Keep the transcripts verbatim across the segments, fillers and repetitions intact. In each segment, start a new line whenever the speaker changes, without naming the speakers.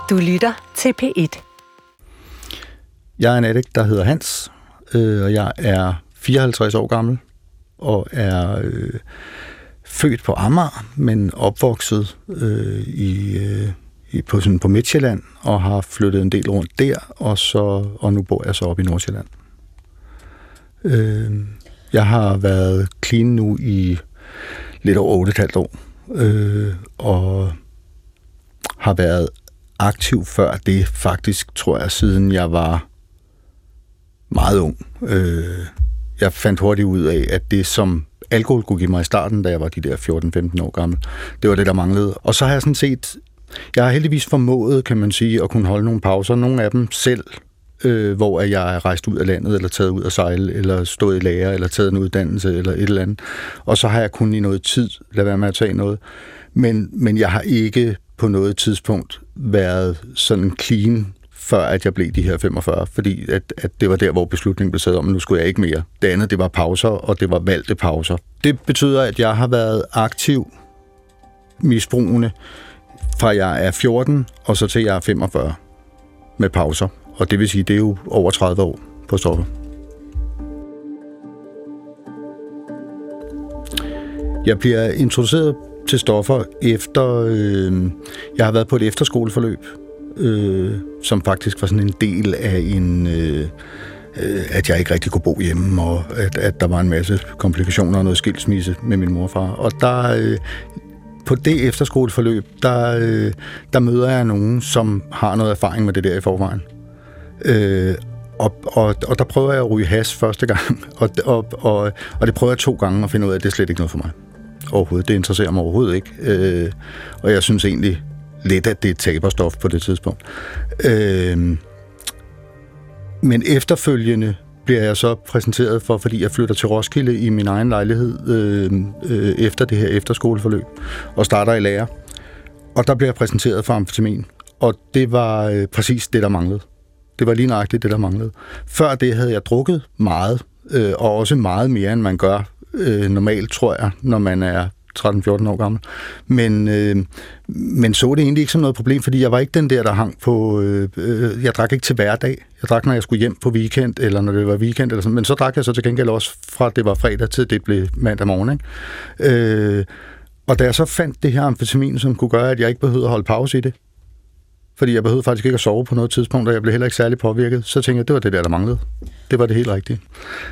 Du lytter til P et.
Jeg er en addict, der hedder Hans, øh, og jeg er fireoghalvtreds år gammel, og er øh, født på Amager, men opvokset øh, i, øh, i, på, sådan, på Midtjylland, og har flyttet en del rundt der, og, så, og nu bor jeg så oppe i Nordsjælland. Øh, jeg har været clean nu i lidt over otte komma fem år, øh, og har været aktiv før det, faktisk tror jeg, siden jeg var meget ung. Øh, jeg fandt hurtigt ud af, at det, som alkohol kunne give mig i starten, da jeg var de der fjorten femten år gammel, det var det, der manglede. Og så har jeg sådan set, jeg har heldigvis formået, kan man sige, at kunne holde nogle pauser. Nogle af dem selv, øh, hvor jeg er rejst ud af landet, eller taget ud at sejle, eller stået i lære, eller taget en uddannelse, eller et eller andet. Og så har jeg kun i noget tid lade være med at tage noget. Men, men jeg har ikke på noget tidspunkt været sådan clean, før at jeg blev de her femogfyrre, fordi at, at det var der, hvor beslutningen blev taget om, at nu skulle jeg ikke mere. Det andet, det var pauser, og det var valgte pauser. Det betyder, at jeg har været aktiv misbrugende fra jeg er fjorten, og så til jeg er femogfyrre med pauser. Og det vil sige, det er jo over tredive år på stoffer. Jeg bliver introduceret til stoffer efter, øh, jeg har været på et efterskoleforløb, øh, som faktisk var sådan en del af en, øh, at jeg ikke rigtig kunne bo hjemme, og at, at der var en masse komplikationer og noget skilsmisse med min mor og far. Og der, øh, på det efterskoleforløb, der, øh, der møder jeg nogen, som har noget erfaring med det der i forvejen. Øh, og, og, og der prøver jeg at ryge hash første gang, og, og, og, og det prøver jeg to gange at finde ud af, at det er slet ikke noget for mig. Overhovedet. Det interesserer mig overhovedet ikke. Øh, og jeg synes egentlig lidt, at det er et taberstof på det tidspunkt. Øh, men efterfølgende bliver jeg så præsenteret for, fordi jeg flytter til Roskilde i min egen lejlighed øh, øh, efter det her efterskoleforløb, og starter i lære. Og der bliver jeg præsenteret for amfetamin. Og det var øh, præcis det, der manglede. Det var lige nøjagtigt det, der manglede. Før det havde jeg drukket meget, øh, og også meget mere, end man gør øh, normalt, tror jeg, når man er tretten fjorten år gammel. Men, øh, men så det egentlig ikke som noget problem, fordi jeg var ikke den der, der hang på... Øh, øh, jeg drak ikke til hverdag. Jeg drak, når jeg skulle hjem på weekend, eller når det var weekend, eller sådan. Men så drak jeg så til gengæld også fra det var fredag til det blev mandag morgen. Ikke? Øh, og da jeg så fandt det her amfetamin, som kunne gøre, at jeg ikke behøvede at holde pause i det, fordi jeg behøvede faktisk ikke at sove på noget tidspunkt, og jeg blev heller ikke særlig påvirket, så tænkte jeg, det var det der, der manglede. Det var det helt rigtige.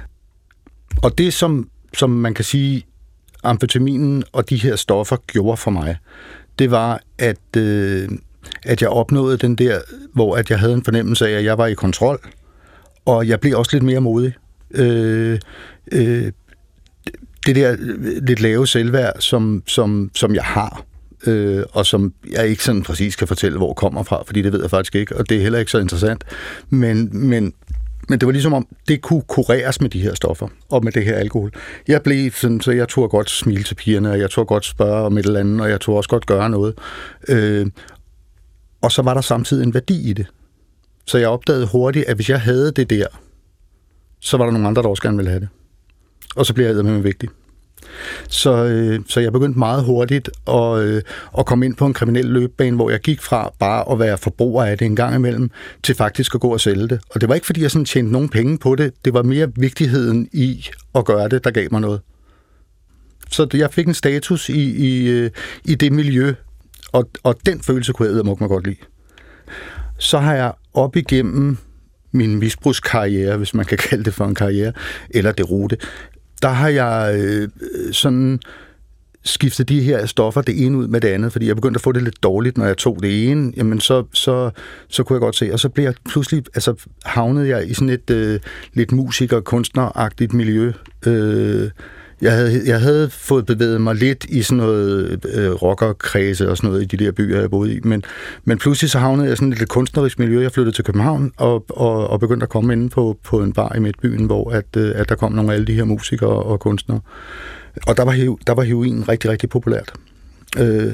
Og det, som, som man kan sige, amfetaminen og de her stoffer gjorde for mig, det var, at, øh, at jeg opnåede den der, hvor at jeg havde en fornemmelse af, at jeg var i kontrol, og jeg blev også lidt mere modig. Øh, øh, det der lidt lave selvværd, som, som, som jeg har, øh, og som jeg ikke sådan præcis kan fortælle, hvor kommer fra, fordi det ved jeg faktisk ikke, og det er heller ikke så interessant. Men, men, men det var ligesom om, det kunne kureres med de her stoffer, og med det her alkohol. Jeg blev sådan, så jeg turde godt smile til pigerne, og jeg turde godt spørge om et eller andet, og jeg turde også godt gøre noget. Øh, og så var der samtidig en værdi i det. Så jeg opdagede hurtigt, at hvis jeg havde det der, så var der nogle andre, der også gerne ville have det. Og så blev jeg eddermame vigtig. Så, øh, så jeg begyndte meget hurtigt at, øh, at komme ind på en kriminel løbebane, hvor jeg gik fra bare at være forbruger af det en gang imellem, til faktisk at gå og sælge det. Og det var ikke, fordi jeg sådan tjente nogen penge på det. Det var mere vigtigheden i at gøre det, der gav mig noget. Så jeg fik en status i, i, i det miljø, og, og den følelse kunne jeg eddermukke mig godt lide. Så har jeg op igennem min misbrugskarriere, hvis man kan kalde det for en karriere, eller det rute, der har jeg øh, sådan skiftet de her stoffer det ene ud med det andet, fordi jeg begyndte at få det lidt dårligt, når jeg tog det ene, jamen så, så, så kunne jeg godt se, og så blev jeg pludselig, altså havnede jeg i sådan et øh, lidt musiker-kunstneragtigt miljø. Øh, jeg, havde, jeg havde fået bevæget mig lidt i sådan noget øh, rockerkredse og sådan noget i de der byer, jeg boede i, men, men pludselig så havnede jeg i sådan et lidt kunstnerisk miljø. Jeg flyttede til København og, og, og begyndte at komme inde på, på en bar i midtbyen, hvor at, øh, at der kom nogle af alle de her musikere og kunstnere. Og der var, der var heroin rigtig, rigtig populært. Øh,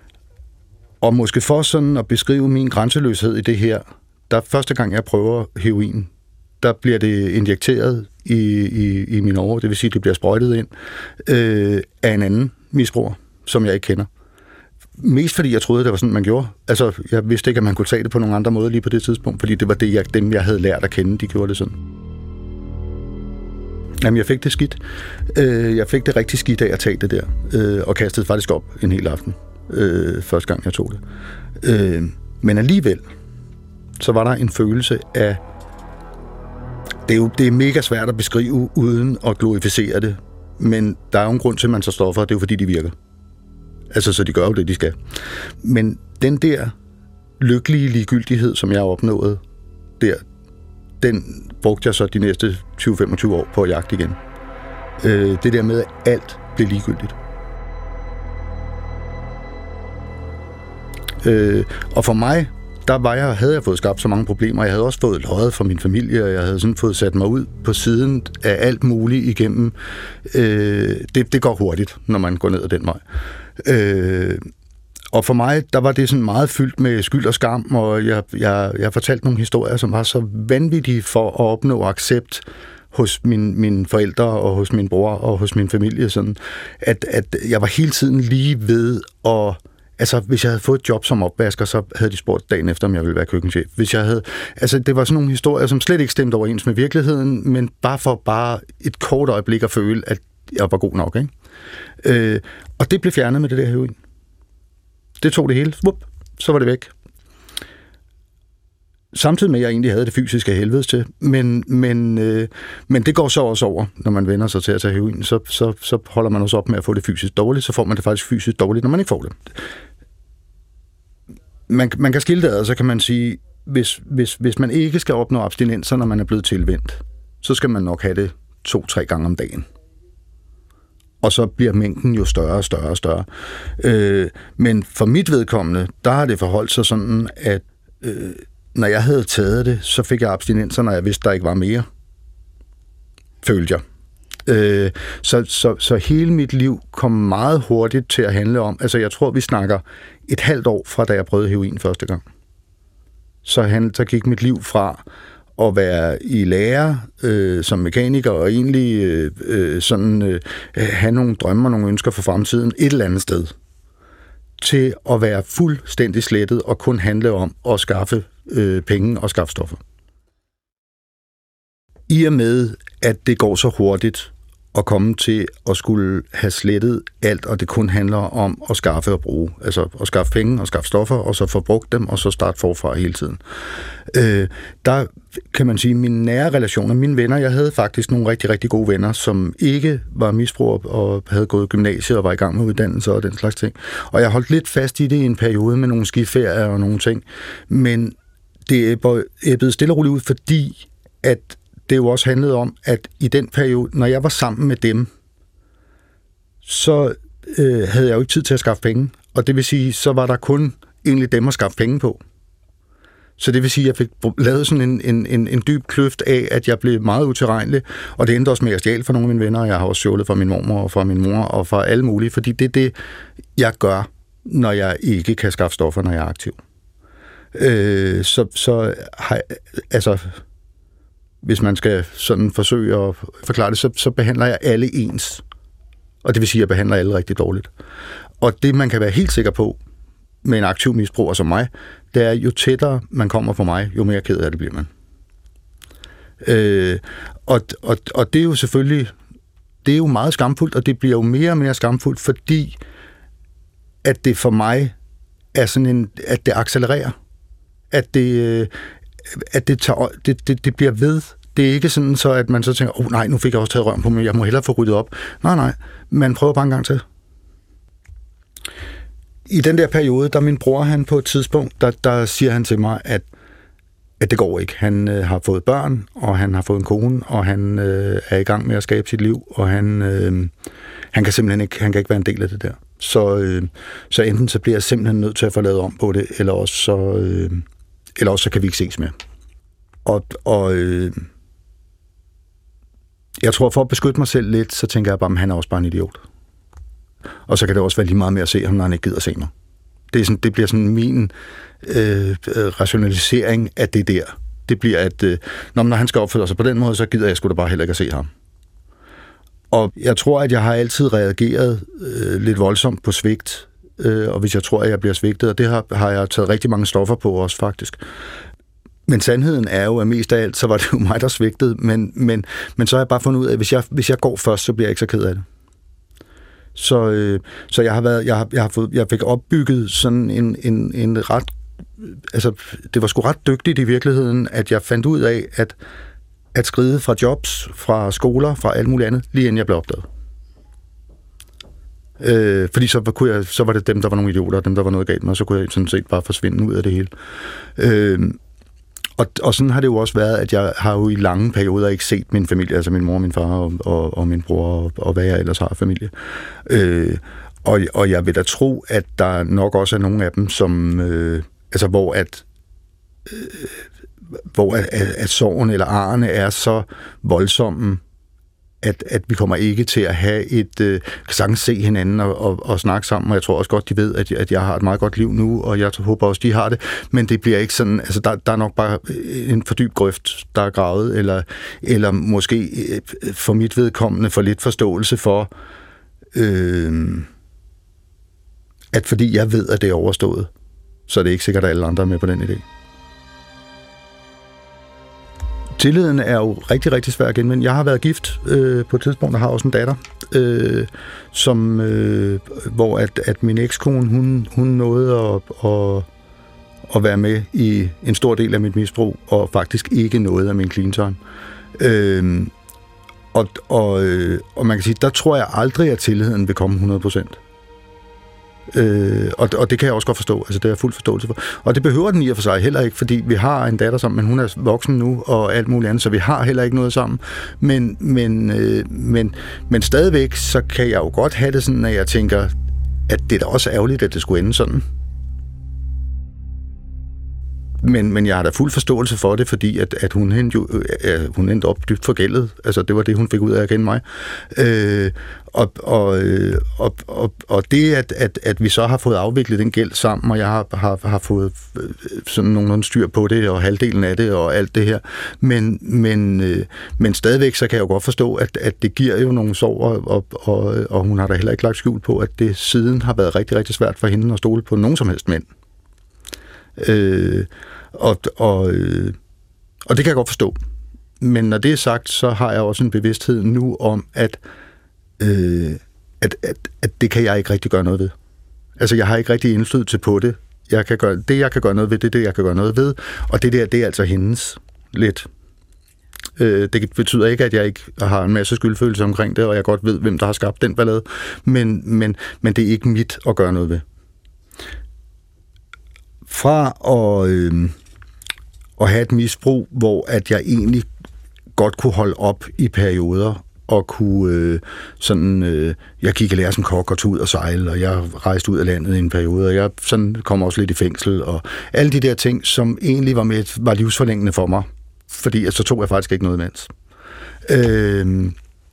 og måske for sådan at beskrive min grænseløshed i det her, der første gang jeg prøver heroin, der bliver det injekteret i, i, i mine år, det vil sige, at det bliver sprøjtet ind øh, af en anden misbruger, som jeg ikke kender. Mest fordi jeg troede, det var sådan, man gjorde. Altså, jeg vidste ikke, at man kunne tage det på nogle andre måder lige på det tidspunkt, fordi det var det, jeg, dem, jeg havde lært at kende, de gjorde det sådan. Jamen, jeg fik det skidt. Øh, jeg fik det rigtig skidt af at tage det der, øh, og kastede faktisk op en hel aften, øh, første gang jeg tog det. Øh, men alligevel, så var der en følelse af, det er jo det er mega svært at beskrive, uden at glorificere det, men der er jo en grund til, at man tager stoffer, det er jo fordi, de virker. Altså, så de gør jo det, de skal. Men den der lykkelige ligegyldighed, som jeg opnåede der, den brugte jeg så de næste tyve til femogtyve år på at jagte igen. Øh, det der med, at alt blev ligegyldigt. Øh, og for mig, der var jeg, havde jeg fået skabt så mange problemer. Jeg havde også fået løjet fra min familie, og jeg havde sådan fået sat mig ud på siden af alt muligt igennem. Øh, det, det går hurtigt, når man går ned ad den vej. Øh, og for mig, der var det sådan meget fyldt med skyld og skam, og jeg, jeg, jeg fortalte nogle historier, som var så vanvittige for at opnå accept hos min, mine forældre og hos min bror og hos min familie, sådan, at, at jeg var hele tiden lige ved at... Altså, hvis jeg havde fået et job som opvasker, så havde de spurgt dagen efter, om jeg ville være køkkenchef. Hvis jeg havde... Altså, det var sådan nogle historier, som slet ikke stemte overens med virkeligheden, men bare for bare et kort øjeblik at føle, at jeg var god nok, ikke? Øh, og det blev fjernet med det der heroin. Det tog det hele. Vup, så var det væk. Samtidig med, at jeg egentlig havde det fysiske helvedes til. Men, men, øh, men det går så også over, når man vender sig til at tage heroin. Så, så, så holder man også op med at få det fysisk dårligt, så får man det faktisk fysisk dårligt, når man ikke får det. Man, man kan skille det ad, så kan man sige, hvis, hvis, hvis man ikke skal opnå abstinenser, når man er blevet tilvendt, så skal man nok have det to-tre gange om dagen. Og så bliver mængden jo større og større og større. Øh, men for mit vedkommende, der har det forholdt sig sådan, at øh, når jeg havde taget det, så fik jeg abstinenser, når jeg vidste, der ikke var mere. Følte jeg. Øh, så, så, så hele mit liv kom meget hurtigt til at handle om, altså jeg tror, vi snakker et halvt år fra, da jeg prøvede heroin første gang. Så, han, så gik mit liv fra at være i lære øh, som mekaniker og egentlig øh, øh, sådan øh, have nogle drømme og nogle ønsker for fremtiden et eller andet sted, til at være fuldstændig slettet og kun handle om at skaffe øh, penge og skaffe stoffer. I og med, at det går så hurtigt at komme til at skulle have slettet alt, og det kun handler om at skaffe og bruge. Altså at skaffe penge og skaffe stoffer, og så få brugt dem, og så starte forfra hele tiden. Øh, der kan man sige, mine nære relationer, mine venner, jeg havde faktisk nogle rigtig, rigtig gode venner, som ikke var misbrugere og havde gået gymnasiet og var i gang med uddannelse og den slags ting. Og jeg holdt lidt fast i det i en periode med nogle skiferier og nogle ting. Men det æbbede stille og roligt ud, fordi at det jo også handlede om, at i den periode, når jeg var sammen med dem, så øh, havde jeg jo ikke tid til at skaffe penge. Og det vil sige, så var der kun egentlig dem at skaffe penge på. Så det vil sige, at jeg fik lavet sådan en, en, en, en dyb kløft af, at jeg blev meget utilregnelig. Og det endte også med at stjæle fra nogle af mine venner. Jeg har også stjålet fra min mormor og fra min mor og fra alle mulige. Fordi det er det, jeg gør, når jeg ikke kan skaffe stoffer, når jeg er aktiv. Øh, så så har jeg, altså... Hvis man skal sådan forsøge at forklare det, så, så behandler jeg alle ens. Og det vil sige, at jeg behandler alle rigtig dårligt. Og det, man kan være helt sikker på med en aktiv misbruger som mig, det er, jo tættere man kommer på mig, jo mere ked af det bliver man. Øh, og, og, og det er jo selvfølgelig, det er jo meget skamfuldt, og det bliver jo mere og mere skamfuldt, fordi at det for mig er sådan en, at det accelererer. At det... at det, tager, det, det, det bliver ved. Det er ikke sådan så, at man så tænker, åh oh, nej, nu fik jeg også taget røven på mig, jeg må hellere få ryddet op. Nej, nej, man prøver bare en gang til. I den der periode, der min bror, han på et tidspunkt, der, der siger han til mig, at, at det går ikke. Han øh, har fået børn, og han har fået en kone, og han øh, er i gang med at skabe sit liv, og han, øh, han kan simpelthen ikke, han kan ikke være en del af det der. Så, øh, så enten så bliver jeg simpelthen nødt til at få lavet om på det, eller også så... Øh, eller også så kan vi ikke ses mere. Og, og øh, jeg tror, for at beskytte mig selv lidt, så tænker jeg bare, at han er også bare en idiot. Og så kan det også være lige meget med at se ham, når han ikke gider at se mig. Det, er sådan, det bliver sådan min øh, rationalisering af det der. Det bliver, at øh, når han skal opføre sig på den måde, så gider jeg sgu da bare heller ikke at se ham. Og jeg tror, at jeg har altid reageret øh, lidt voldsomt på svigt, øh, og hvis jeg tror, at jeg bliver svigtet, og det har, har jeg taget rigtig mange stoffer på også, faktisk. Men sandheden er jo, at mest af alt, så var det jo mig, der svigtede, men, men, men så har jeg bare fundet ud af, at hvis jeg, hvis jeg går først, så bliver jeg ikke så ked af det. Så, øh, så jeg har været, jeg har, jeg har fået, jeg fik opbygget sådan en, en, en ret, altså det var sgu ret dygtigt i virkeligheden, at jeg fandt ud af, at, at skride fra jobs, fra skoler, fra alt muligt andet, lige inden jeg blev opdaget. Øh, fordi så, kunne jeg, så var det dem, der var nogle idioter, og dem, der var noget galt med, og så kunne jeg sådan set bare forsvinde ud af det hele. Øh, Og, og sådan har det jo også været, at jeg har jo i lange perioder ikke set min familie, altså min mor, min far og, og, og min bror, og, og hvad jeg ellers har af familie. Øh, og, og jeg vil da tro, at der nok også er nogle af dem, som, øh, altså hvor at, øh, hvor at, at, at sorgen eller arrene er så voldsomme, at, at vi kommer ikke til at have et øh, sagtens se hinanden og, og, og snakke sammen, og jeg tror også godt, de ved, at, at jeg har et meget godt liv nu, og jeg håber også, de har det, men det bliver ikke sådan, altså der, der er nok bare en for dyb grøft, der er gravet, eller, eller måske for mit vedkommende for lidt forståelse for, øh, at fordi jeg ved, at det er overstået, så er det ikke sikkert, at alle andre er med på den idé. Tilliden er jo rigtig, rigtig svær at genvinde. Jeg har været gift øh, på et tidspunkt, og har også en datter, øh, som, øh, hvor at, at min ekskone, hun, hun nåede at, at, at være med i en stor del af mit misbrug, og faktisk ikke noget af min clean time. Øh, og, og, øh, og man kan sige, der tror jeg aldrig, at tilliden vil komme hundrede procent. Øh, og, og det kan jeg også godt forstå, altså det er jeg fuld forståelse for. Og det behøver den i og for sig heller ikke, fordi vi har en datter sammen, men hun er voksen nu og alt muligt andet, så vi har heller ikke noget sammen. Men, men, øh, men, men stadigvæk, så kan jeg jo godt have det sådan, at jeg tænker, at det er da også ærgerligt, at det skulle ende sådan. Men, men jeg har da fuld forståelse for det, fordi at, at hun, endte jo, øh, hun endte op dybt forgældet. Altså, det var det, hun fik ud af at kende mig. Øh, og, og, og, og, og det, at, at, at vi så har fået afviklet den gæld sammen, og jeg har, har, har fået sådan nogenlunde styr på det, og halvdelen af det, og alt det her. Men, men, øh, men stadigvæk, så kan jeg jo godt forstå, at, at det giver jo nogle sorger, og, og, og hun har da heller ikke lagt skjul på, at det siden har været rigtig, rigtig svært for hende at stole på nogen som helst mænd. Øh, og, og, øh, og det kan jeg godt forstå. Men når det er sagt, så har jeg også en bevidsthed nu om, at, øh, at, at, at det kan jeg ikke rigtig gøre noget ved. Altså, jeg har ikke rigtig indflydelse på det. Jeg kan gøre, det, jeg kan gøre noget ved, det er det, jeg kan gøre noget ved. Og det der, det er altså hendes lidt. Øh, det betyder ikke, at jeg ikke har en masse skyldfølelse omkring det, og jeg godt ved, hvem der har skabt den ballade. Men, men, men det er ikke mit at gøre noget ved. Fra at, øh, at have et misbrug, hvor at jeg egentlig godt kunne holde op i perioder, og kunne øh, sådan, øh, jeg gik og lærte som kok og tog ud og sejle, og jeg rejste ud af landet i en periode, og jeg sådan kom også lidt i fængsel, og alle de der ting, som egentlig var, med, var livsforlængende for mig, fordi så tog jeg faktisk ikke noget imens. Øh,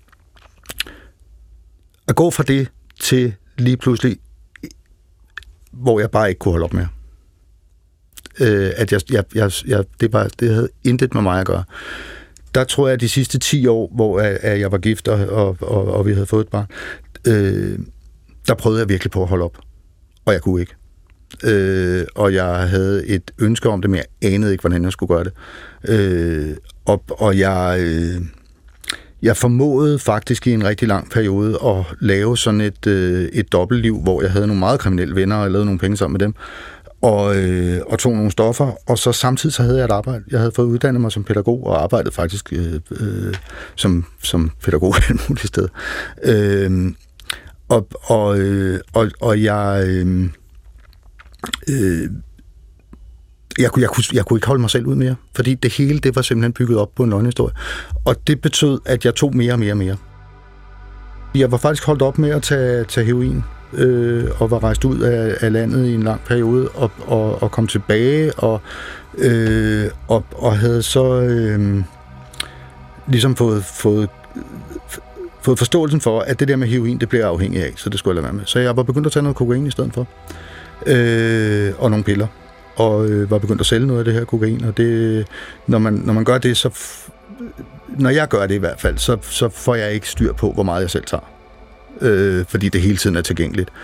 at gå fra det til lige pludselig, hvor jeg bare ikke kunne holde op med. Øh, at jeg, jeg, jeg, jeg, det, var, det havde intet med mig at gøre. Der tror jeg, at de sidste ti år, hvor jeg, at jeg var gift, og, og, og, og vi havde fået et barn, øh, der prøvede jeg virkelig på at holde op. Og jeg kunne ikke. Øh, og jeg havde et ønske om det, men jeg anede ikke, hvordan jeg skulle gøre det. Øh, og, og jeg... Øh, Jeg formåede faktisk i en rigtig lang periode at lave sådan et, øh, et dobbeltliv, hvor jeg havde nogle meget kriminelle venner, og jeg lavede nogle penge sammen med dem, og, øh, og tog nogle stoffer, og så samtidig så havde jeg et arbejde. Jeg havde fået uddannet mig som pædagog, og arbejdede faktisk øh, øh, som, som pædagog et muligt sted. Øh, og, og, øh, og, og jeg... Øh, øh, Jeg kunne, jeg, kunne, jeg kunne ikke holde mig selv ud mere, fordi det hele, det var simpelthen bygget op på en løgnhistorie. Og det betød, at jeg tog mere og mere og mere. Jeg var faktisk holdt op med at tage, tage heroin, øh, og var rejst ud af, af landet i en lang periode, og, og, og kom tilbage, og, øh, og, og havde så øh, ligesom fået, fået, fået forståelsen for, at det der med heroin, det bliver jeg afhængig af, så det skulle jeg lade være med. Så jeg var begyndt at tage noget kokain i stedet for, øh, og nogle piller. Og øh, var begyndt at sælge noget af det her kokain, og det, når man, når man gør det, så f- når jeg gør det i hvert fald, så, så får jeg ikke styr på, hvor meget jeg selv tager, øh, fordi det hele tiden er tilgængeligt.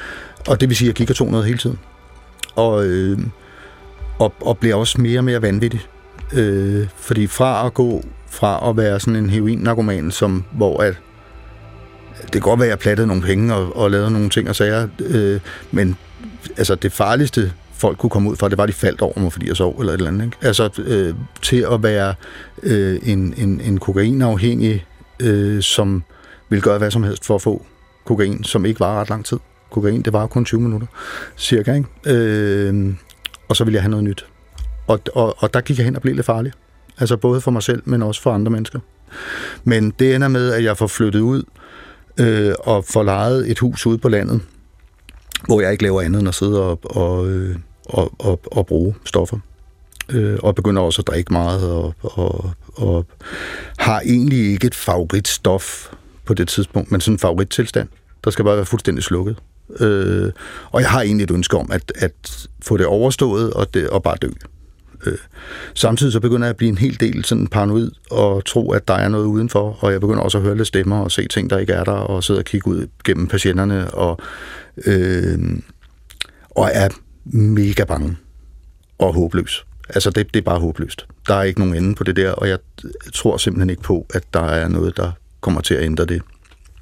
Og det vil sige, at jeg gik og tog noget hele tiden. Og, øh, og, og bliver også mere og mere vanvittig. Øh, fordi fra at gå fra at være sådan en heroin-narkoman, som, hvor at, det kan godt være, at jeg plattede nogle penge og, og lavede nogle ting og sager, øh, men altså, det farligste folk kunne komme ud fra, det var, de faldt over mig, fordi jeg sov eller et eller andet. Ikke? Altså øh, til at være øh, en, en, en kokainafhængig, øh, som ville gøre hvad som helst for at få kokain, som ikke var ret lang tid. Kokain, det var kun tyve minutter, cirka. Ikke? Øh, og så ville jeg have noget nyt. Og, og, og der gik jeg hen og blev lidt farlig. Altså både for mig selv, men også for andre mennesker. Men det ender med, at jeg får flyttet ud øh, og får lejet et hus ude på landet, hvor jeg ikke laver andet end at sidde og, og, og, og, og bruge stoffer. Øh, og begynder også at drikke meget, og, og, og har egentlig ikke et favoritstof på det tidspunkt, men sådan en favorittilstand. Der skal bare være fuldstændig slukket. Øh, og jeg har egentlig et ønske om at, at få det overstået og, det, og bare dø. Øh, samtidig så begynder jeg at blive en hel del sådan paranoid og tro, at der er noget udenfor, og jeg begynder også at høre lidt stemmer og se ting, der ikke er der, og sidde og kigge ud gennem patienterne, og, øh, og er mega bange og håbløs. Altså, det, det er bare håbløst. Der er ikke nogen ende på det der, og jeg tror simpelthen ikke på, at der er noget, der kommer til at ændre det.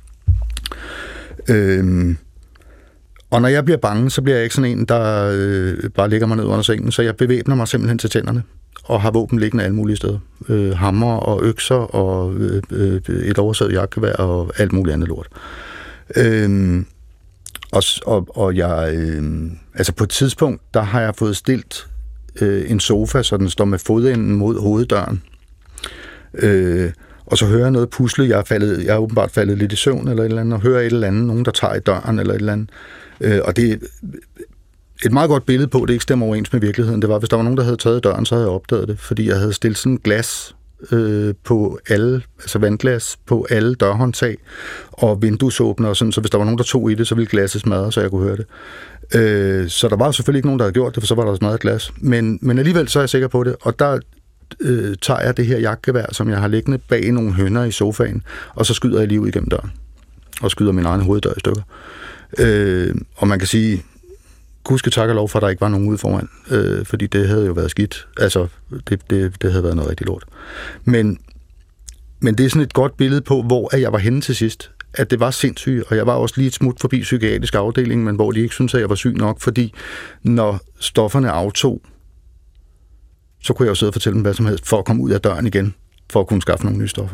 Øh, Og når jeg bliver bange, så bliver jeg ikke sådan en, der øh, bare ligger mig ned under sengen, så jeg bevæbner mig simpelthen til tænderne, og har våben liggende alle mulige steder. Øh, hammer og økser, og øh, øh, et oversaget jakkevær, og alt muligt andet lort. Øh, og, og, og jeg, øh, altså på et tidspunkt, der har jeg fået stilt øh, en sofa, så den står med fodenden mod hoveddøren. Øh, Og så hører jeg noget pusle, jeg er, faldet, jeg er åbenbart faldet lidt i søvn eller et eller andet, og hører et eller andet, nogen der tager i døren eller et eller andet. Øh, og det er et meget godt billede på, det ikke stemmer overens med virkeligheden. Det var, hvis der var nogen, der havde taget i døren, så havde jeg opdaget det, fordi jeg havde stillet sådan glas øh, på alle, altså vandglas på alle dørhåndtag og vinduesåbner og sådan, så hvis der var nogen, der tog i det, så ville glasset smadre, så jeg kunne høre det. Øh, så der var selvfølgelig ikke nogen, der havde gjort det, for så var der smadret glas. Men, men alligevel så er jeg sikker på det, og der øh, tager jeg det her jakkevær, som jeg har liggende bag nogle høner i sofaen, og så skyder jeg lige ud igennem døren, og skyder min egen hoveddør i stykker. Øh, og man kan sige, gudske tak og lov for, at der ikke var nogen ude foran, øh, fordi det havde jo været skidt. Altså, det, det, det havde været noget rigtig lort. Men, men det er sådan et godt billede på, hvor jeg var henne til sidst. At det var sindssygt, og jeg var også lige et smut forbi psykiatrisk afdeling, men hvor de ikke syntes, at jeg var syg nok, fordi når stofferne aftog, så kunne jeg jo sidde og fortælle dem hvad som helst, for at komme ud af døren igen, for at kunne skaffe nogle nye stoffer.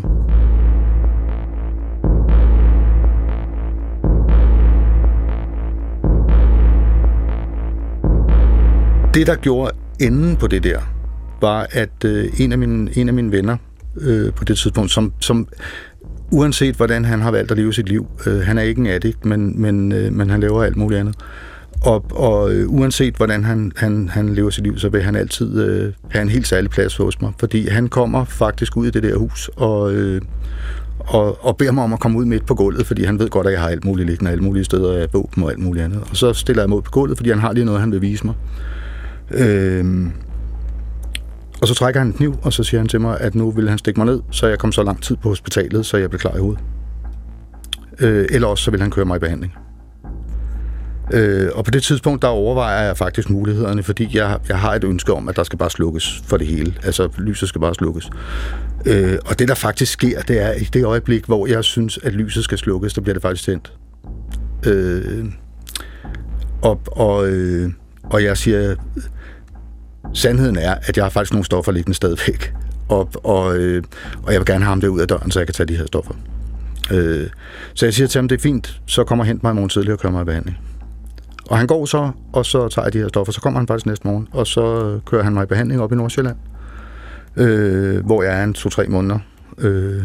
Det, der gjorde enden på det der, var, at øh, en, af mine, en af mine venner øh, på det tidspunkt, som, som uanset hvordan han har valgt at leve sit liv, øh, han er ikke en addict, men, men, øh, men han lever alt muligt andet, og, og øh, uanset hvordan han, han, han lever sit liv, så vil han altid øh, have en helt særlig plads hos mig, fordi han kommer faktisk ud i det der hus, og, øh, og, og beder mig om at komme ud midt på gulvet, fordi han ved godt, at jeg har alt muligt liggende, alle mulige steder af våben og alt muligt andet, og så stiller jeg mod på gulvet, fordi han har lige noget, han vil vise mig. Øhm, og så trækker han en kniv, og så siger han til mig, at nu vil han stikke mig ned, så jeg kom så lang tid på hospitalet, så jeg blev klar i hovedet. Øh, eller også så vil han køre mig i behandling. Øh, og på det tidspunkt, der overvejer jeg faktisk mulighederne, fordi jeg, jeg har et ønske om, at der skal bare slukkes for det hele. Altså, lyset skal bare slukkes. Øh, og det, der faktisk sker, det er i det øjeblik, hvor jeg synes, at lyset skal slukkes, der bliver det faktisk tændt. Øh, og, og, øh, og jeg siger... Sandheden er, at jeg har faktisk nogle stoffer liggende stadigvæk, og, og, øh, og jeg vil gerne have ham der ud af døren, så jeg kan tage de her stoffer. Øh, så jeg siger til ham, det er fint, så kommer og hent mig i morgen tidlig og kører mig i behandling. Og han går så, og så tager jeg de her stoffer, så kommer han faktisk næste morgen, og så kører han mig i behandling op i Nordsjælland, øh, hvor jeg er en to-tre måneder. Øh,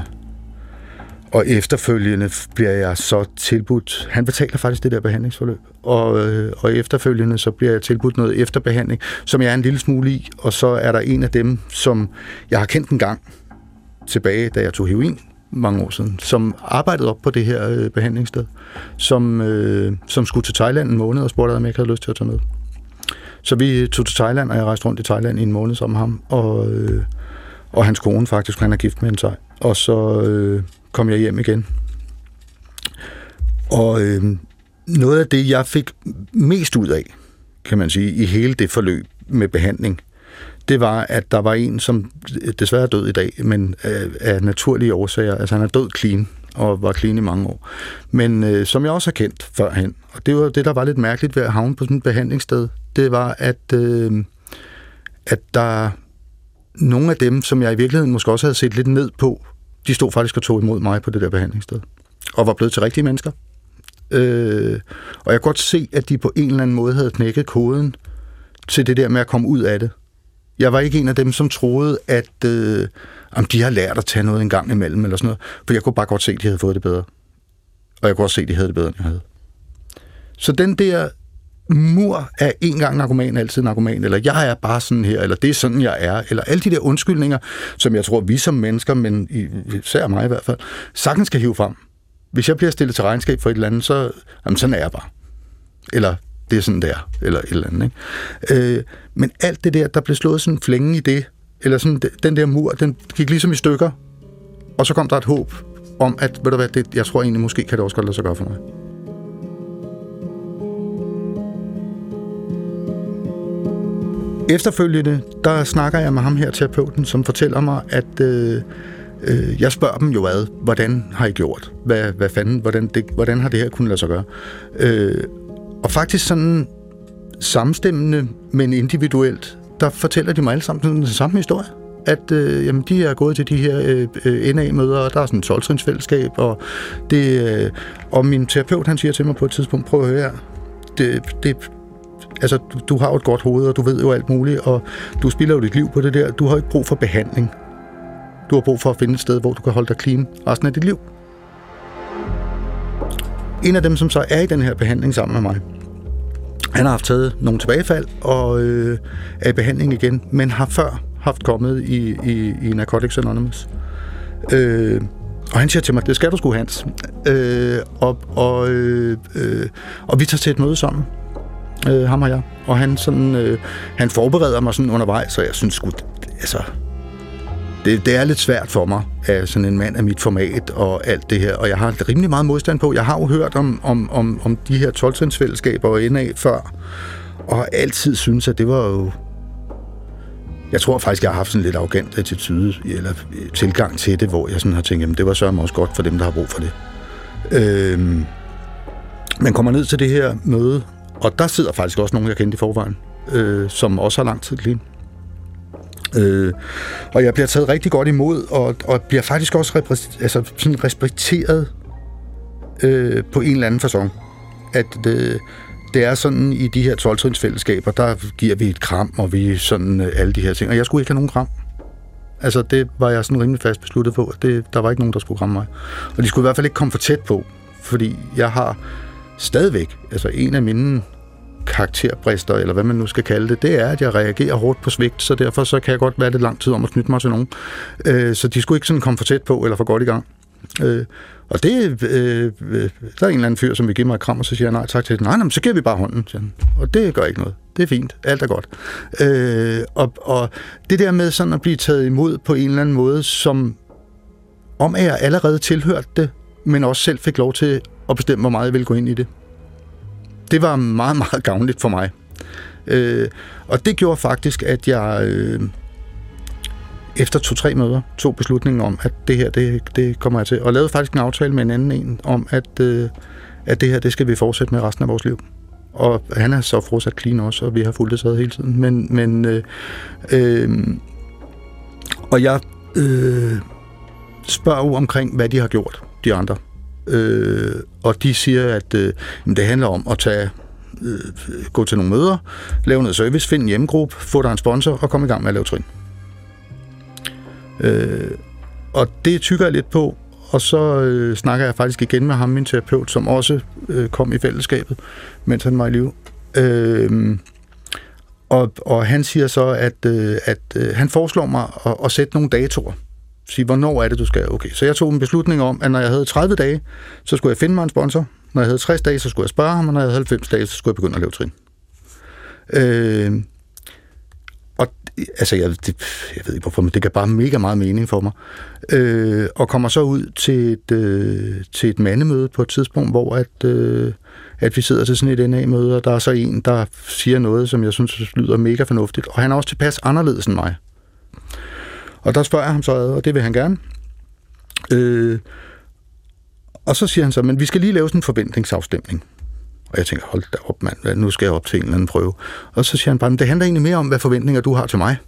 Og efterfølgende bliver jeg så tilbudt, han betaler faktisk det der behandlingsforløb, og, øh, og efterfølgende så bliver jeg tilbudt noget efterbehandling, som jeg er en lille smule i, og så er der en af dem, som jeg har kendt en gang tilbage, da jeg tog heroin mange år siden, som arbejdede op på det her øh, behandlingssted, som, øh, som skulle til Thailand en måned og spurgte, om jeg ikke havde lyst til at tage med. Så vi tog til Thailand, og jeg rejste rundt i Thailand i en måned sammen med ham, og, øh, og hans kone faktisk, han er gift med en thai, og så... Øh, kom jeg hjem igen. Og øh, noget af det, jeg fik mest ud af, kan man sige, i hele det forløb med behandling, det var, at der var en, som desværre er død i dag, men af naturlige årsager. Altså han er død clean, og var clean i mange år. Men øh, som jeg også har kendt førhen, og det var det, der var lidt mærkeligt ved at havne på sådan et behandlingssted, det var, at, øh, at der nogle af dem, som jeg i virkeligheden måske også havde set lidt ned på, de stod faktisk og tog imod mig på det der behandlingssted, og var blevet til rigtige mennesker. Øh, og jeg kunne godt se, at de på en eller anden måde havde knækket koden til det der med at komme ud af det. Jeg var ikke en af dem, som troede, at øh, om de har lært at tage noget en gang imellem, eller sådan noget. For jeg kunne bare godt se, at de havde fået det bedre. Og jeg kunne også se, at de havde det bedre, end jeg havde. Så den der mur af en gang narkoman, altid narkoman, eller jeg er bare sådan her, eller det er sådan, jeg er, eller alle de der undskyldninger, som jeg tror, vi som mennesker, men især mig i hvert fald, sagtens skal hive frem. Hvis jeg bliver stillet til regnskab for et eller andet, så jamen, sådan er jeg bare. Eller det er sådan der, eller et eller andet. Ikke? Øh, men alt det der, der blev slået sådan en flænge i det, eller sådan den der mur, den gik ligesom i stykker, og så kom der et håb om, at ved du hvad, det, jeg tror egentlig, måske kan det også godt lade sig gøre for mig. Efterfølgende, der snakker jeg med ham her, terapeuten, som fortæller mig, at øh, øh, jeg spørger dem jo ad, hvordan har I gjort? Hvad, hvad fanden, hvordan, det, hvordan har det her kunnet lade sig gøre? Øh, og faktisk sådan samstemmende, men individuelt, der fortæller de mig alle sammen den samme historie. At øh, jamen, de er gået til de her øh, N A-møder, og der er sådan et tolv-trinsfællesskab, og, det, øh, og min terapeut, han siger til mig på et tidspunkt, prøv at høre her, det, det, altså, du, du har jo et godt hoved, og du ved jo alt muligt, og du spilder jo dit liv på det der. Du har ikke brug for behandling. Du har brug for at finde et sted, hvor du kan holde dig clean resten af dit liv. En af dem, som så er i den her behandling sammen med mig, han har haft taget nogle tilbagefald og øh, er i behandling igen, men har før haft kommet i, i, i Narcotics Anonymous. Øh, og han siger til mig, det skal du sgu, Hans. Øh, og, og, øh, øh, og vi tager til et møde sammen, øh, ham og jeg. Og han, sådan, øh, han forbereder mig sådan undervejs, så jeg synes sgu, altså, det, det er lidt svært for mig, af sådan en mand af mit format og alt det her. Og jeg har rimelig meget modstand på. Jeg har jo hørt om, om, om, om de her tolv-trinsfællesskaber og N A før, og har altid synes, at det var jo... Jeg tror faktisk, jeg har haft sådan lidt arrogant attitude, eller tilgang til det, hvor jeg sådan har tænkt, jamen det var sørme også godt for dem, der har brug for det. Øhm, man kommer ned til det her møde, og der sidder faktisk også nogen, jeg kendte i forvejen, øh, som også har lang tid clean. Øh, og jeg bliver taget rigtig godt imod, og, og bliver faktisk også repræs- altså, sådan respekteret øh, på en eller anden facon. At øh, det er sådan, i de her tolv-trinsfællesskaber, der giver vi et kram, og vi sådan øh, alle de her ting. Og jeg skulle ikke have nogen kram. Altså, det var jeg sådan rimelig fast besluttet på. Det, der var ikke nogen, der skulle kramme mig. Og de skulle i hvert fald ikke komme for tæt på, fordi jeg har stadigvæk, altså en af mine karakterbrister, eller hvad man nu skal kalde det, det er, at jeg reagerer hårdt på svigt, så derfor så kan jeg godt være lidt lang tid om at knytte mig til nogen. Øh, så de skulle ikke sådan komme for tæt på, eller for godt i gang. Øh, og det, øh, der er en eller anden fyr, som vil give mig et kram, og så siger jeg nej tak til det. Nej, nej, så giver vi bare hånden, siger han. Og det gør ikke noget. Det er fint. Alt er godt. Øh, og, og det der med sådan at blive taget imod på en eller anden måde, som om at jeg allerede tilhørte det, men også selv fik lov til at bestemme, hvor meget jeg ville gå ind i det. Det var meget, meget gavnligt for mig. Øh, og det gjorde faktisk, at jeg øh, efter to-tre møder tog beslutningen om, at det her, det, det kommer jeg til. Og lavede faktisk en aftale med en anden en om, at, øh, at det her, det skal vi fortsætte med resten af vores liv. Og han er så fortsat clean også, og vi har fulgt det sad hele tiden. Men, men øh, øh, og jeg øh, spørger jo omkring, hvad de har gjort, de andre. Øh, og de siger, at øh, det handler om at tage, øh, gå til nogle møder, lave noget service, finde en hjemmegruppe, få dig en sponsor og komme i gang med at lave trin. Øh, og det tykker jeg lidt på, og så øh, snakker jeg faktisk igen med ham, min terapeut, som også øh, kom i fællesskabet, mens han var i live. Øh, og, og han siger så, at, øh, at øh, han foreslår mig at, at sætte nogle datoer. Sige, hvornår er det, du skal? Okay, så jeg tog en beslutning om, at når jeg havde tredive dage, så skulle jeg finde mig en sponsor. Når jeg havde tres dage, så skulle jeg spørge ham, og når jeg havde halvfems dage, så skulle jeg begynde at lave trin. Øh, og altså jeg, det, jeg ved ikke hvorfor, men det gav bare mega meget mening for mig. Øh, og kommer så ud til et, øh, til et mandemøde på et tidspunkt, hvor at, øh, at vi sidder til sådan et N A-møde, og der er så en, der siger noget, som jeg synes lyder mega fornuftigt, og han er også tilpas anderledes end mig. Og der spørger jeg ham så, og det vil han gerne. Øh, og så siger han så, men vi skal lige lave sådan en forventningsafstemning. Og jeg tænker, hold da op, mand, nu skal jeg op til en eller anden prøve. Og så siger han bare, men det handler egentlig mere om, hvad forventninger du har til mig.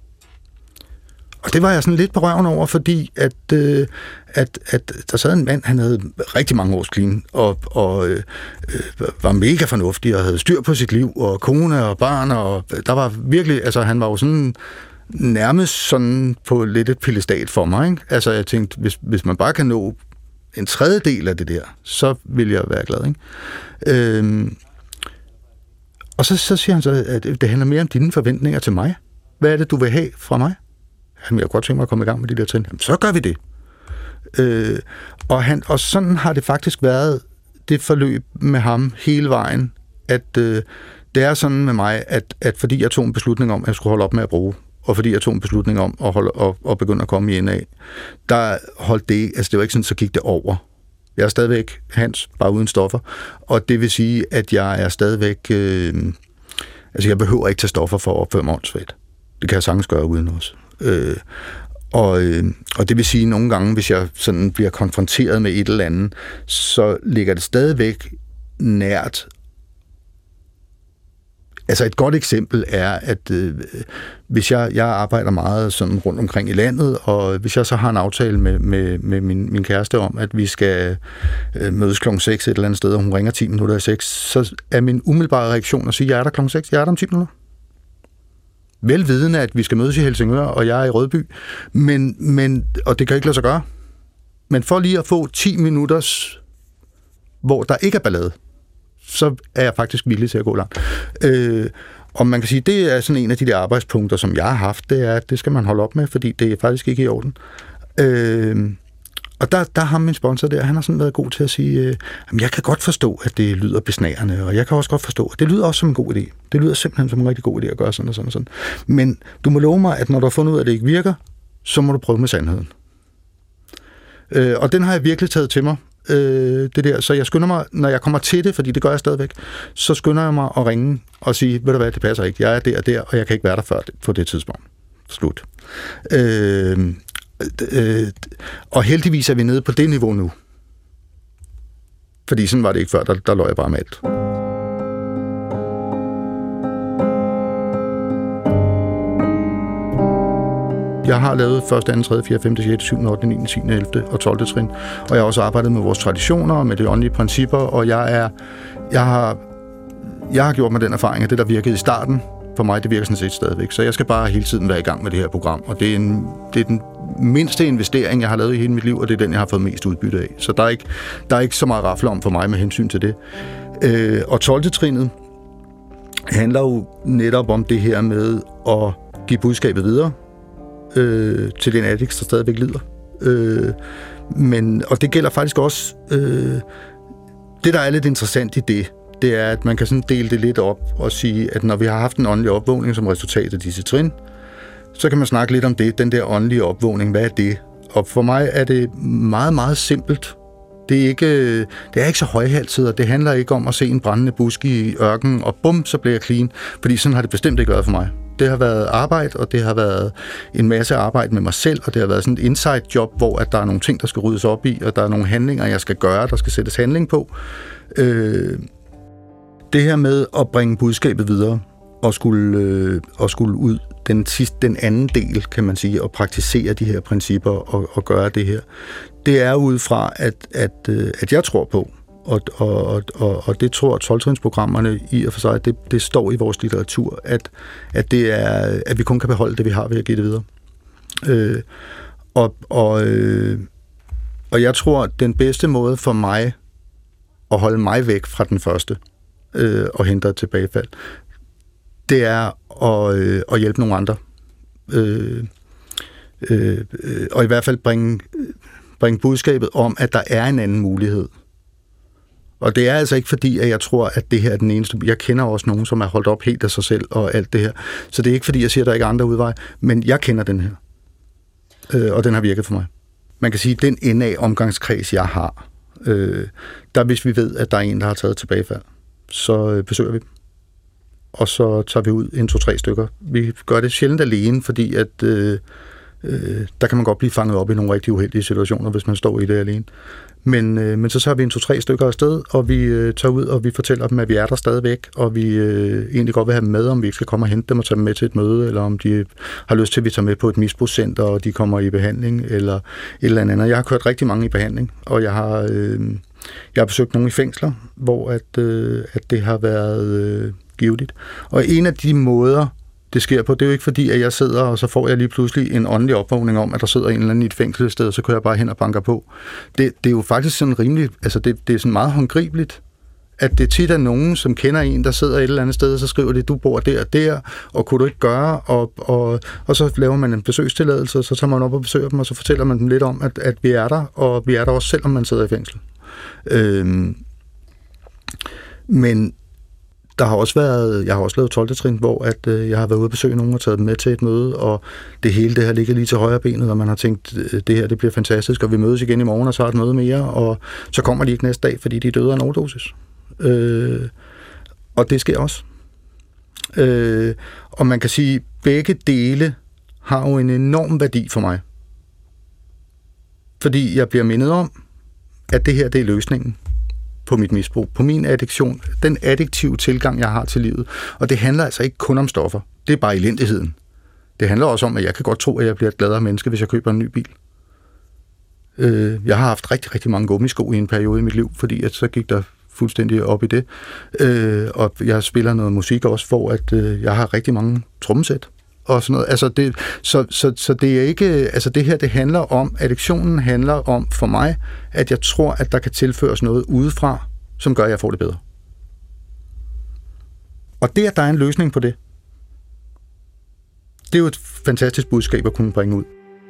Og det var jeg sådan lidt på røven over, fordi at, øh, at, at der sad en mand, han havde rigtig mange års clean, og, og øh, var mega fornuftig, og havde styr på sit liv, og kone og barn, og der var virkelig, altså han var jo sådan nærmest sådan på lidt et piedestal for mig, ikke? Altså jeg tænkte, hvis, hvis man bare kan nå en tredjedel af det der, så vil jeg være glad, ikke? Øhm, og så, så siger han så, at det handler mere om dine forventninger til mig. Hvad er det, du vil have fra mig? Jamen, jeg kunne godt tænke mig at komme i gang med de der trin. Jamen, så gør vi det. Øh, og, han, og sådan har det faktisk været det forløb med ham hele vejen, at øh, det er sådan med mig, at, at fordi jeg tog en beslutning om, at jeg skulle holde op med at bruge, og fordi jeg tog en beslutning om at, holde, og, og begynde at komme i N A, der holdt det, altså det var ikke sådan, så gik det over. Jeg er stadigvæk Hans, bare uden stoffer, og det vil sige, at jeg er stadigvæk, øh, altså jeg behøver ikke tage stoffer for at opføre mig åndssvagt. Det kan jeg sagtens gøre uden også. Øh, og, øh, og det vil sige, at nogle gange, hvis jeg sådan bliver konfronteret med et eller andet, så ligger det stadigvæk nært. Altså et godt eksempel er, at øh, hvis jeg, jeg arbejder meget sådan rundt omkring i landet, og hvis jeg så har en aftale med, med, med min, min kæreste om, at vi skal øh, mødes klokken seks et eller andet sted, og hun ringer ti minutter i seks, så er min umiddelbare reaktion at sige, jeg er der klokken seks, jeg er der om ti minutter. Velvidende, at vi skal mødes i Helsingør, og jeg er i Rødby, men, men, og det kan ikke lade sig gøre. Men for lige at få ti minutters, hvor der ikke er ballade, så er jeg faktisk villig til at gå langt. Øh, og man kan sige, det er sådan en af de der arbejdspunkter, som jeg har haft, det er, at det skal man holde op med, fordi det er faktisk ikke i orden. Øh, og der, der har min sponsor der, han har sådan været god til at sige, øh, jamen jeg kan godt forstå, at det lyder besnærende, og jeg kan også godt forstå, at det lyder også som en god idé. Det lyder simpelthen som en rigtig god idé at gøre sådan og sådan og sådan. Men du må love mig, at når du har fundet ud af, at det ikke virker, så må du prøve med sandheden. Øh, og den har jeg virkelig taget til mig. Øh, det der. Så jeg skynder mig, når jeg kommer til det, fordi det gør jeg stadigvæk, så skynder jeg mig at ringe og sige, ved du hvad, det passer ikke. Jeg er der og der, og jeg kan ikke være der før det, på det tidspunkt. Slut. Øh, øh, og heldigvis er vi nede på det niveau nu. Fordi sådan var det ikke før, der, der lå jeg bare med alt. Jeg har lavet første, anden, tredje, fjerde, femte, sjette, syvende, ottende, niende, tiende, ellevte og tolvte trin. Og jeg har også arbejdet med vores traditioner og med de åndelige principper, og jeg er, jeg har, jeg har gjort mig den erfaring, at det, der virkede i starten, for mig, det virker sådan set stadigvæk. Så jeg skal bare hele tiden være i gang med det her program, og det er, en, det er den mindste investering, jeg har lavet i hele mit liv, og det er den, jeg har fået mest udbytte af. Så der er ikke, der er ikke så meget rafle om for mig med hensyn til det. Øh, og tolvte trinet handler jo netop om det her med at give budskabet videre, Øh, til den addict, der stadigvæk lider. Øh, men, og det gælder faktisk også, øh, det der er lidt interessant i det, det er, at man kan sådan dele det lidt op og sige, at når vi har haft en åndelig opvågning som resultat af disse trin, så kan man snakke lidt om det, den der åndelige opvågning, hvad er det? Og for mig er det meget, meget simpelt. Det er ikke, det er ikke så højhalset, og det handler ikke om at se en brændende busk i ørkenen, og bum, så bliver jeg clean, fordi sådan har det bestemt ikke været for mig. Det har været arbejde, og det har været en masse arbejde med mig selv, og det har været sådan et inside job, hvor at der er nogle ting, der skal ryddes op i, og der er nogle handlinger, jeg skal gøre, der skal sættes handling på. Øh, det her med at bringe budskabet videre, og skulle, øh, og skulle ud, den, sidste, den anden del, kan man sige, og praktisere de her principper og, og gøre det her, det er ud fra, at, at, at jeg tror på, Og, og, og, og det tror tolv-trinsprogrammerne i og for sig, det, det står i vores litteratur, at, at, det er, at vi kun kan beholde det, vi har, ved at give det videre. Øh, og, og, øh, og jeg tror, at den bedste måde for mig at holde mig væk fra den første øh, og hindre et tilbagefald, det er at, øh, at hjælpe nogle andre. Øh, øh, og i hvert fald bringe, bringe budskabet om, at der er en anden mulighed. Og det er altså ikke fordi, at jeg tror, at det her er den eneste. Jeg kender også nogen, som er holdt op helt af sig selv og alt det her. Så det er ikke fordi, jeg siger, at der ikke er andre udveje. Men jeg kender den her. Øh, og den har virket for mig. Man kan sige, at den ende af omgangskreds, jeg har, øh, der hvis vi ved, at der er en, der har taget tilbagefald, så øh, besøger vi dem. Og så tager vi ud en, to, tre stykker. Vi gør det sjældent alene, fordi at, øh, øh, der kan man godt blive fanget op i nogle rigtig uheldige situationer, hvis man står i det alene. Men, øh, men så tager vi en, to, tre stykker afsted, og vi øh, tager ud, og vi fortæller dem, at vi er der stadigvæk, og vi øh, egentlig godt vil have dem med, om vi ikke skal komme og hente dem og tage dem med til et møde, eller om de har lyst til, at vi tager med på et misbrugscenter, og de kommer i behandling, eller et eller andet. Jeg har kørt rigtig mange i behandling, og jeg har, øh, jeg har besøgt nogle i fængsler, hvor at, øh, at det har været øh, givetigt. Og en af de måder, det sker på, det er jo ikke fordi, at jeg sidder, og så får jeg lige pludselig en åndelig opvågning om, at der sidder en eller anden i et fængselssted, og så kører jeg bare hen og banker på. Det, det er jo faktisk sådan rimelig, altså det, det er sådan meget håndgribeligt, at det tit er nogen, som kender en, der sidder et eller andet sted, og så skriver de, du bor der og der, og kunne du ikke gøre, og, og, og så laver man en besøgstilladelse, og så tager man op og besøger dem, og så fortæller man dem lidt om, at, at vi er der, og vi er der også, selvom man sidder i fængsel. Øhm, men Der har også været, jeg har også lavet tolvte trin, hvor at, øh, jeg har været ude at besøge nogen og taget dem med til et møde, og det hele det her ligger lige til højre benet, og man har tænkt, det her det bliver fantastisk, og vi mødes igen i morgen og så har et møde mere, og så kommer de ikke næste dag, fordi de døde af en overdosis. Øh, og det sker også. Øh, og man kan sige, begge dele har jo en enorm værdi for mig. Fordi jeg bliver mindet om, at det her det er løsningen på mit misbrug, på min addiktion, den addiktive tilgang, jeg har til livet. Og det handler altså ikke kun om stoffer. Det er bare elendigheden. Det handler også om, at jeg kan godt tro, at jeg bliver et gladere menneske, hvis jeg køber en ny bil. Øh, jeg har haft rigtig, rigtig mange gummisko i en periode i mit liv, fordi at så gik der fuldstændig op i det. Øh, og jeg spiller noget musik også, hvor at, øh, jeg har rigtig mange trommesæt og sådan noget. Altså det, så, så, så det er ikke, altså det her, det handler om, addiktionen handler om for mig, at jeg tror, at der kan tilføres noget udefra, som gør, at jeg får det bedre. Og det, at der er en løsning på det, det er jo et fantastisk budskab at kunne bringe ud.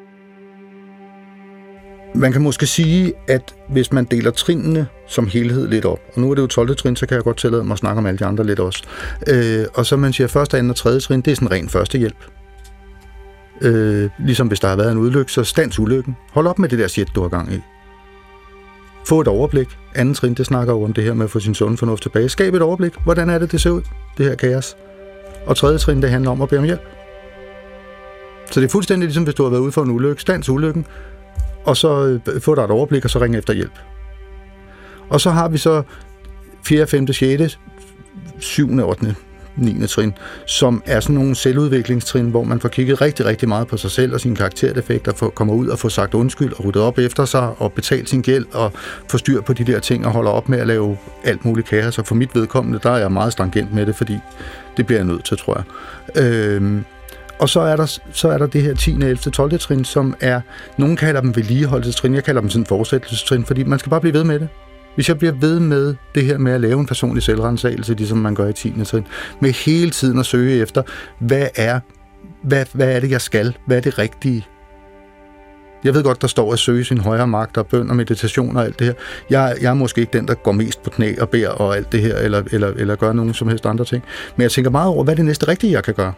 Man kan måske sige, at hvis man deler trinene som helhed lidt op, og nu er det jo tolvte trin, så kan jeg godt tillade mig at snakke om alle de andre lidt også. Øh, og så man siger, første, anden og tredje trin, det er sådan ren førstehjælp. Øh, ligesom hvis der har været en ulykke, så stands ulykken. Hold op med det der shit, du har gang i. Få et overblik. Anden trin, det snakker jo om det her med at få sin sunde fornuft tilbage. Skab et overblik. Hvordan er det, det ser ud, det her kaos? Og tredje trin, det handler om at bede om hjælp. Så det er fuldstændig ligesom, hvis du har været ude for en ulykke. Stands ulykken. Og så få dig et overblik, og så ringe efter hjælp. Og så har vi så fjerde, femte, sjette, syvende, ottende, niende trin, som er sådan nogle selvudviklingstrin, hvor man får kigget rigtig, rigtig meget på sig selv og sine karakterdefekter, for kommer ud og får sagt undskyld og ryddet op efter sig og betalt sin gæld og får styr på de der ting og holder op med at lave alt muligt kaos. Og for mit vedkommende, der er jeg meget stringent med det, fordi det bliver jeg nødt til, tror jeg. Øhm, Og så er der, så er der det her tiende, ellevte, tolvte trin, som er, nogen kalder dem vedligeholdelsestrin, jeg kalder dem sådan fortsættelsestrin, fordi man skal bare blive ved med det. Hvis jeg bliver ved med det her med at lave en personlig selvrensagelse, ligesom man gør i tiende trin, med hele tiden at søge efter, hvad er, hvad, hvad er det, jeg skal? Hvad er det rigtige? Jeg ved godt, der står at søge sin højere magt og bøn og meditation og alt det her. Jeg, jeg er måske ikke den, der går mest på knæ og beder og alt det her, eller, eller, eller gør nogen som helst andre ting. Men jeg tænker meget over, hvad er det næste rigtige, jeg kan gøre?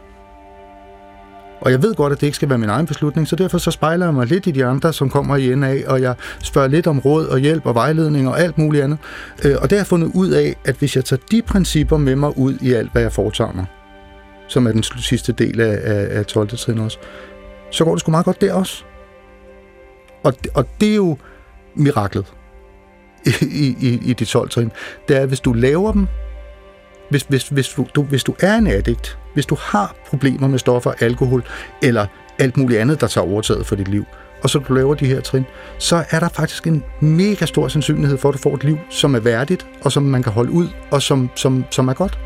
Og jeg ved godt, at det ikke skal være min egen beslutning, så derfor så spejler jeg mig lidt i de andre, som kommer i enden af, og jeg spørger lidt om råd og hjælp og vejledning og alt muligt andet. Og det har jeg fundet ud af, at hvis jeg tager de principper med mig ud i alt, hvad jeg foretager mig, som er den sidste del af, af, af tolvte trin også, så går det sgu meget godt der også. Og, og det er jo miraklet i, i, i de tolv trin. Det er, hvis du laver dem, Hvis, hvis, hvis, du, hvis du er en addict, hvis du har problemer med stoffer, alkohol eller alt muligt andet, der tager overtaget for dit liv, og så du laver de her trin, så er der faktisk en mega stor sandsynlighed for, at du får et liv, som er værdigt, og som man kan holde ud, og som, som, som er godt.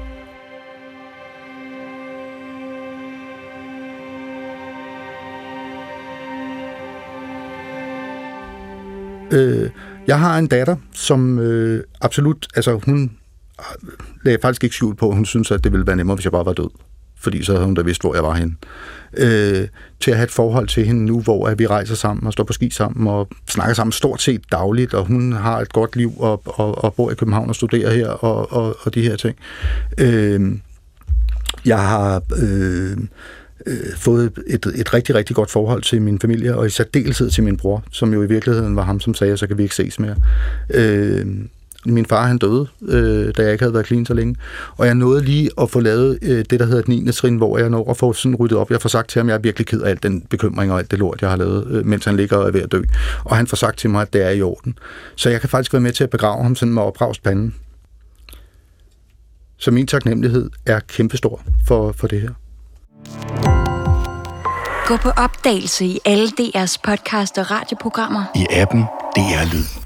Øh, jeg har en datter, som øh, absolut, altså hun lagde faktisk ikke skjul på, hun synes, at det ville være nemmere, hvis jeg bare var død. Fordi så havde hun da vidst, hvor jeg var henne. øh, til at have et forhold til hende nu, hvor at vi rejser sammen og står på ski sammen og snakker sammen stort set dagligt, og hun har et godt liv og, og, og bor i København og studerer her og, og, og de her ting. Øh, jeg har øh, øh, fået et, et rigtig, rigtig godt forhold til min familie, og i særdeleshed til min bror, som jo i virkeligheden var ham, som sagde, så kan vi ikke ses mere. Øh, Min far, han døde, øh, da jeg ikke havde været clean så længe. Og jeg nåede lige at få lavet øh, det, der hedder et niende trin, hvor jeg når at få sådan ryddet op. Jeg får sagt til ham, at jeg er virkelig ked af al den bekymring og alt det lort, jeg har lavet, øh, mens han ligger og er ved at dø. Og han får sagt til mig, at det er i orden. Så jeg kan faktisk være med til at begrave ham sådan med oprejst panden. Så min taknemmelighed er kæmpestor for, for det her.
Gå på opdagelse i alle D R's podcast og radioprogrammer.
I appen D R Lyd.